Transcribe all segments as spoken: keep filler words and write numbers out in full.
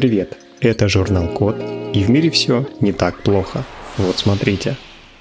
Привет, это журнал Код, и в мире все не так плохо. Вот смотрите.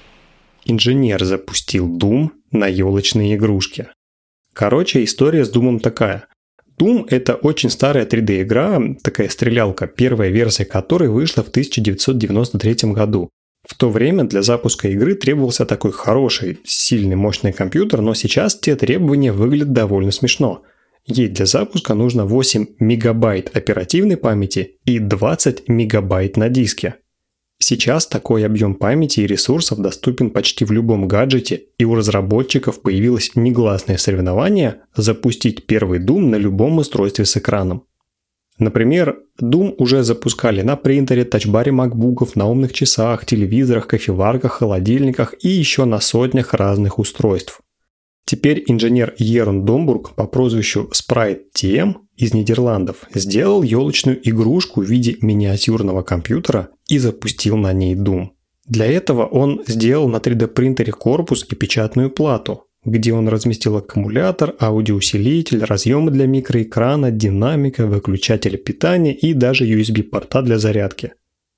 Инженер запустил Doom на елочные игрушки. Короче, история с Doom такая. Doom — это очень старая три дэ-игра, такая стрелялка, первая версия которой вышла в тысяча девятьсот девяносто третьем году. В то время для запуска игры требовался такой хороший, сильный, мощный компьютер, но сейчас те требования выглядят довольно смешно. Ей для запуска нужно восемь мегабайт оперативной памяти и двадцать мегабайт на диске. Сейчас такой объем памяти и ресурсов доступен почти в любом гаджете, и у разработчиков появилось негласное соревнование запустить первый Doom на любом устройстве с экраном. Например, Doom уже запускали на принтере, тачбаре макбуков, на умных часах, телевизорах, кофеварках, холодильниках и еще на сотнях разных устройств. Теперь инженер Ерон Домбург по прозвищу Sprite ти эм из Нидерландов сделал елочную игрушку в виде миниатюрного компьютера и запустил на ней Doom. Для этого он сделал на три дэ-принтере корпус и печатную плату, где он разместил аккумулятор, аудиоусилитель, разъемы для микроэкрана, динамика, выключатель питания и даже ю эс би-порта для зарядки.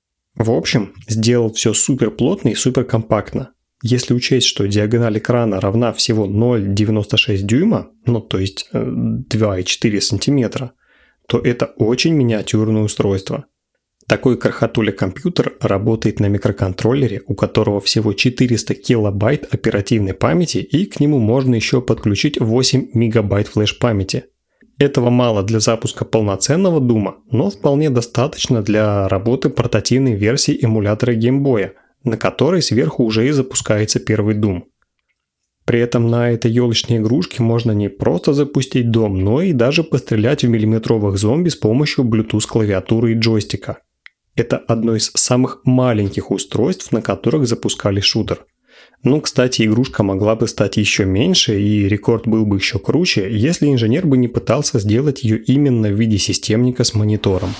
В общем, сделал все супер плотно и супер компактно. Если учесть, что диагональ экрана равна всего ноль целых девяносто шесть дюйма, ну то есть два целых четыре сантиметра, то это очень миниатюрное устройство. Такой крохотуля-компьютер работает на микроконтроллере, у которого всего четыреста килобайт оперативной памяти, и к нему можно еще подключить восемь мегабайт флеш-памяти. Этого мало для запуска полноценного Doom, но вполне достаточно для работы портативной версии эмулятора Game-Boy, на которой сверху уже и запускается первый Doom. При этом на этой елочной игрушке можно не просто запустить дом, но и даже пострелять в миллиметровых зомби с помощью Bluetooth клавиатуры и джойстика. Это одно из самых маленьких устройств, на которых запускали шутер. Ну, кстати, игрушка могла бы стать еще меньше, и рекорд был бы еще круче, если инженер бы не пытался сделать ее именно в виде системника с монитором.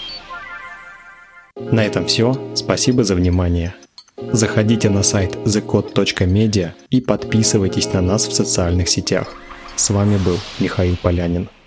На этом все. Спасибо за внимание. Заходите на сайт зе код точка медиа и подписывайтесь на нас в социальных сетях. С вами был Михаил Полянин.